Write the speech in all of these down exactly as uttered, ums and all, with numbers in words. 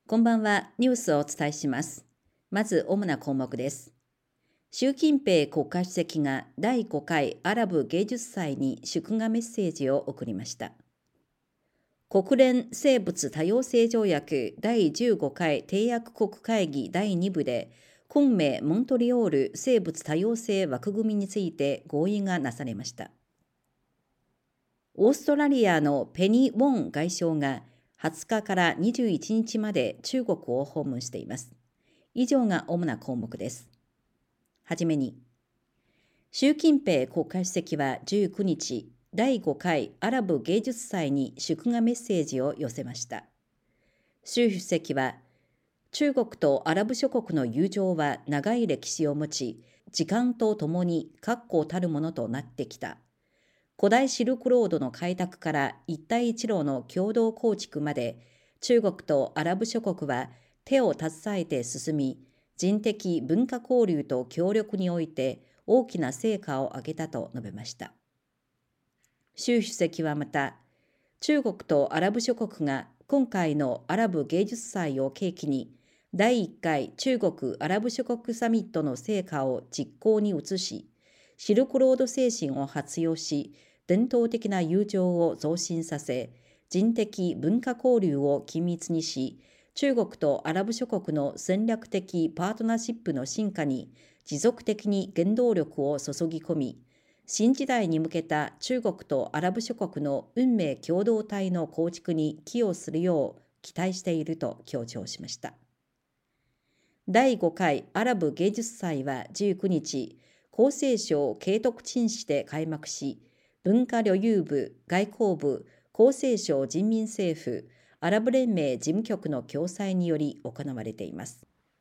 こんばんは。ニュースをお伝えします。まず主な項目です。習近平国家主席がだいごかいアラブ芸術祭に祝賀メッセージを送りました。国連生物多様性条約だいじゅうごかい締約国会議だいに部で、昆明モントリオール生物多様性枠組みについて合意がなされました。オーストラリアのペニー・ウォン外相がはつかからにじゅういちにちまで中国を訪問しています。以上が主な項目です。はじめに、習近平国家主席はじゅうくにち、だいごかいアラブ芸術祭に祝賀メッセージを寄せました。習主席は、中国とアラブ諸国の友情は長い歴史を持ち、時間とともに確固たるものとなってきた。古代シルクロードの開拓から一帯一路の共同構築まで、中国とアラブ諸国は手を携えて進み、人的文化交流と協力において大きな成果を上げたと述べました。習主席はまた、中国とアラブ諸国が今回のアラブ芸術祭を契機に、だいいっかい中国アラブ諸国サミットの成果を実行に移し、シルクロード精神を活用し、伝統的な友情を増進させ、人的文化交流を緊密にし、中国とアラブ諸国の戦略的パートナーシップの進化に持続的に原動力を注ぎ込み、新時代に向けた中国とアラブ諸国の運命共同体の構築に寄与するよう期待していると強調しました。だいごかいアラブ芸術祭はじゅうくにち、厚生省慶徳鎮市で開幕し、文化旅遊部、外交部、厚生省人民政府、アラブ連盟事務局の共催により行われています。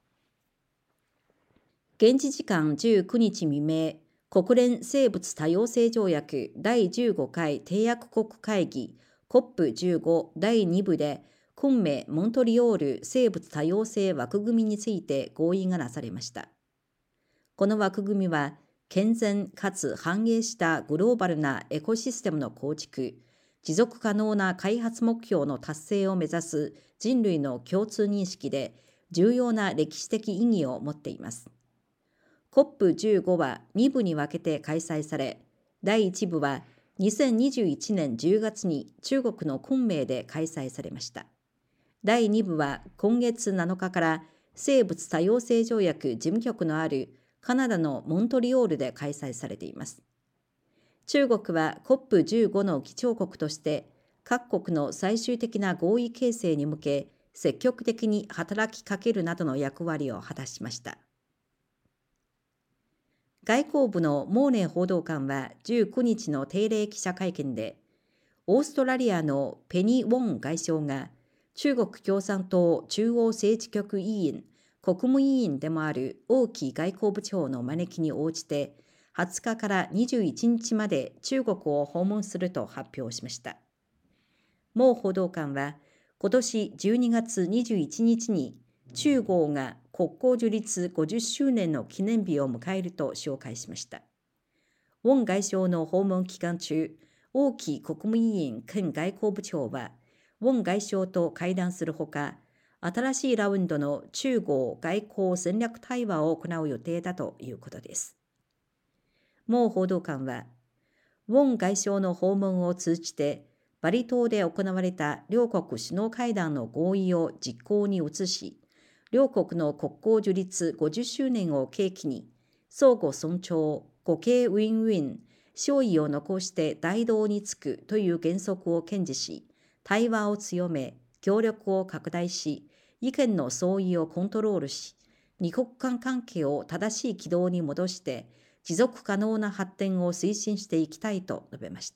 現地時間じゅうくにち未明、国連生物多様性条約だいじゅうごかい締約国会議 コップじゅうご だいに部で、昆明モントリオール生物多様性枠組みについて合意がなされました。この枠組みは、健全かつ繁栄したグローバルなエコシステムの構築、持続可能な開発目標の達成を目指す人類の共通認識で重要な歴史的意義を持っています。コップじゅうご はに部に分けて開催され、だいいち部はにせんにじゅういちねんじゅうがつに中国の昆明で開催されました。だいに部は今月なのかから生物多様性条約事務局のあるカナダのモントリオールで開催されています。中国は コップじゅうご の議長国として、各国の最終的な合意形成に向け、積極的に働きかけるなどの役割を果たしました。外交部のモーネー報道官はじゅうくにちの定例記者会見で、オーストラリアのペニー・ウォン外相が、中国共産党中央政治局委員、国務委員でもある王毅外交部長の招きに応じて、はつかからにじゅういちにちまで中国を訪問すると発表しました。モー報道官は、今年じゅうにがつにじゅういちにちに中国が国交樹立ごじゅっしゅうねんの記念日を迎えると紹介しました。ウォン外相の訪問期間中、王毅国務委員兼外交部長は、ウォン外相と会談するほか、新しいラウンドの中国外交戦略対話を行う予定だということです。モー報道官は、ウォン外相の訪問を通じて、バリ島で行われた両国首脳会談の合意を実行に移し、両国の国交樹立ごじゅっしゅうねんを契機に、相互尊重、互恵ウィンウィン、勝意を残して大道につくという原則を堅持し、対話を強め、協力を拡大し、意見の相違をコントロールし、二国間関係を正しい軌道に戻して、持続可能な発展を推進していきたいと述べました。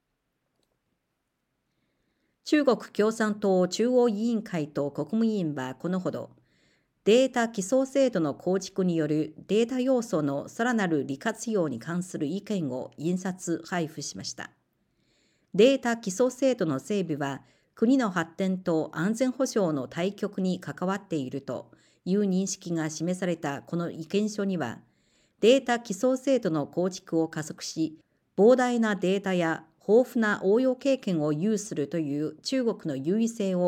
中国共産党中央委員会と国務委員はこのほど、データ基礎制度の構築によるデータ要素のさらなる利活用に関する意見を印刷配布しました。データ基礎制度の整備は、国の発展と安全保障の大局に関わっているという認識が示されたこの意見書には、データ基礎制度の構築を加速し、膨大なデータや豊富な応用経験を有するという中国の優位性を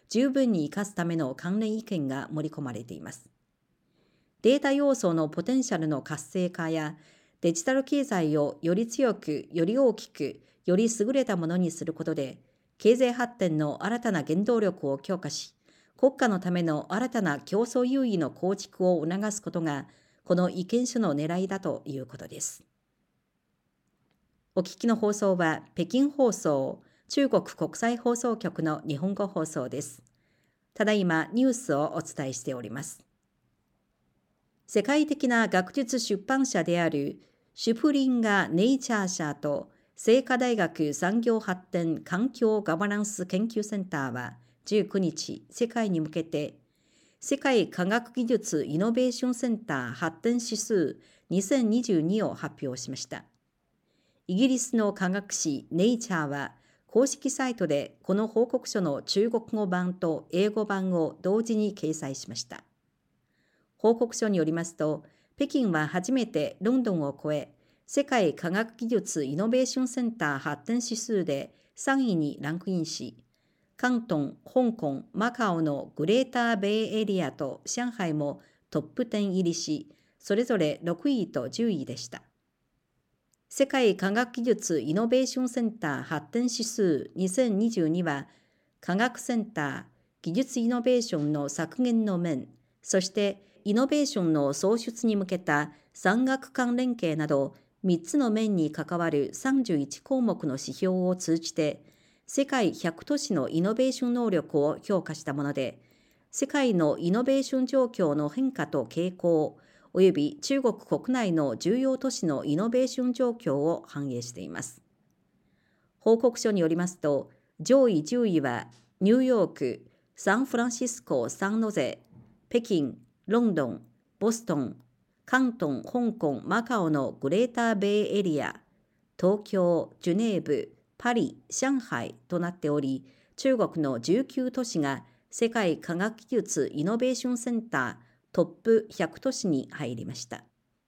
十分に生かすための関連意見が盛り込まれています。データ要素のポテンシャルの活性化やデジタル経済をより強く、より大きく、より優れたものにすることで、経済発展の新たな原動力を強化し、国家のための新たな競争優位の構築を促すことが、この意見書の狙いだということです。お聞きの放送は、北京放送、中国国際放送局の日本語放送です。ただいまニュースをお伝えしております。世界的な学術出版社であるシュプリンガ・ネイチャー社と清華大学産業発展環境ガバナンス研究センターはじゅうくにち、世界に向けて世界科学技術イノベーションセンター発展指数にせんにじゅうにを発表しました。イギリスの科学誌ネイチャーは公式サイトでこの報告書の中国語版と英語版を同時に掲載しました。報告書によりますと、北京は初めてロンドンを超え、世界科学技術イノベーションセンター発展指数でさんいにランクインし、広東、香港、マカオのグレーターベイエリアと上海もトップじゅう入りし、それぞれろくいとじゅういでした。世界科学技術イノベーションセンター発展指数にせんにじゅうには、科学センター、技術イノベーションの削減の面、そしてイノベーションの創出に向けた産学間連携などみっつの面に関わるさんじゅういちこうもくの指標を通じて、世界ひゃく都市のイノベーション能力を評価したもので、世界のイノベーション状況の変化と傾向、および中国国内の重要都市のイノベーション状況を反映しています。報告書によりますと、上位じゅういはニューヨーク、サンフランシスコ・サンノゼ、北京、ロンドン、ボストン、広東、香港、マカオのグレーターベイエリア、東京、ジュネーブ、パリ、上海となっており、中国のじゅうきゅう都市が世界科学技術イノベーションセンタートップひゃく都市に入りました。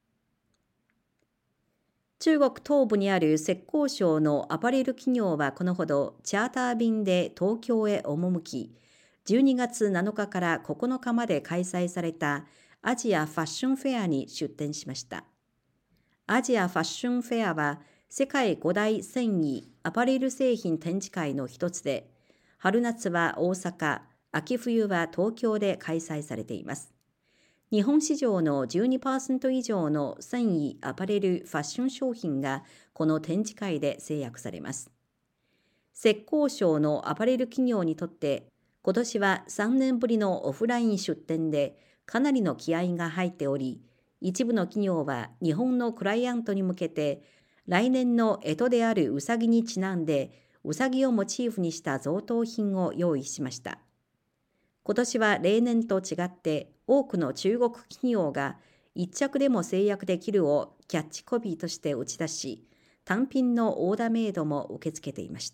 中国東部にある浙江省のアパレル企業はこのほどチャーター便で東京へ赴き、じゅうにがつなのかからここのかまで開催されたアジアファッションフェアに出展しました。アジアファッションフェアは世界ご大繊維アパレル製品展示会の一つで、春夏は大阪、秋冬は東京で開催されています。日本市場の じゅうにパーセント 以上の繊維アパレルファッション商品がこの展示会で制約されます。浙江省のアパレル企業にとって今年はさんねんぶりのオフライン出展でかなりの気合が入っており、一部の企業は日本のクライアントに向けて来年の干支であるうさぎにちなんでうさぎをモチーフにした贈答品を用意しました。今年は例年と違って多くの中国企業が一着でも制約できるをキャッチコピーとして打ち出し、単品のオーダーメイドも受け付けていました。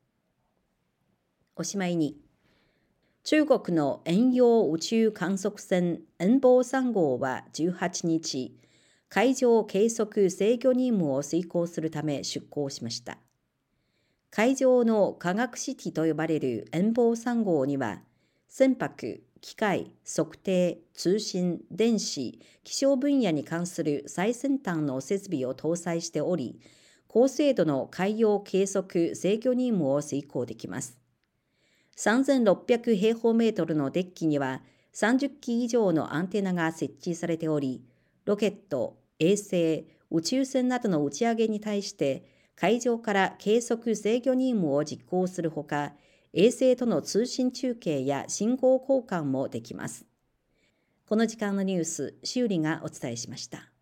おしまいに、中国の遠洋宇宙観測船遠望さん号はじゅうはちにち、海上計測制御任務を遂行するため出港しました。海上の科学式と呼ばれる遠望さん号には、船舶、機械、測定、通信、電子、気象分野に関する最先端の設備を搭載しており、高精度の海洋計測制御任務を遂行できます。さんぜんろっぴゃくへいほうメートルのデッキにはさんじゅっき以上のアンテナが設置されており、ロケット、衛星、宇宙船などの打ち上げに対して海上から計測制御任務を実行するほか、衛星との通信中継や信号交換もできます。この時間のニュース、修理がお伝えしました。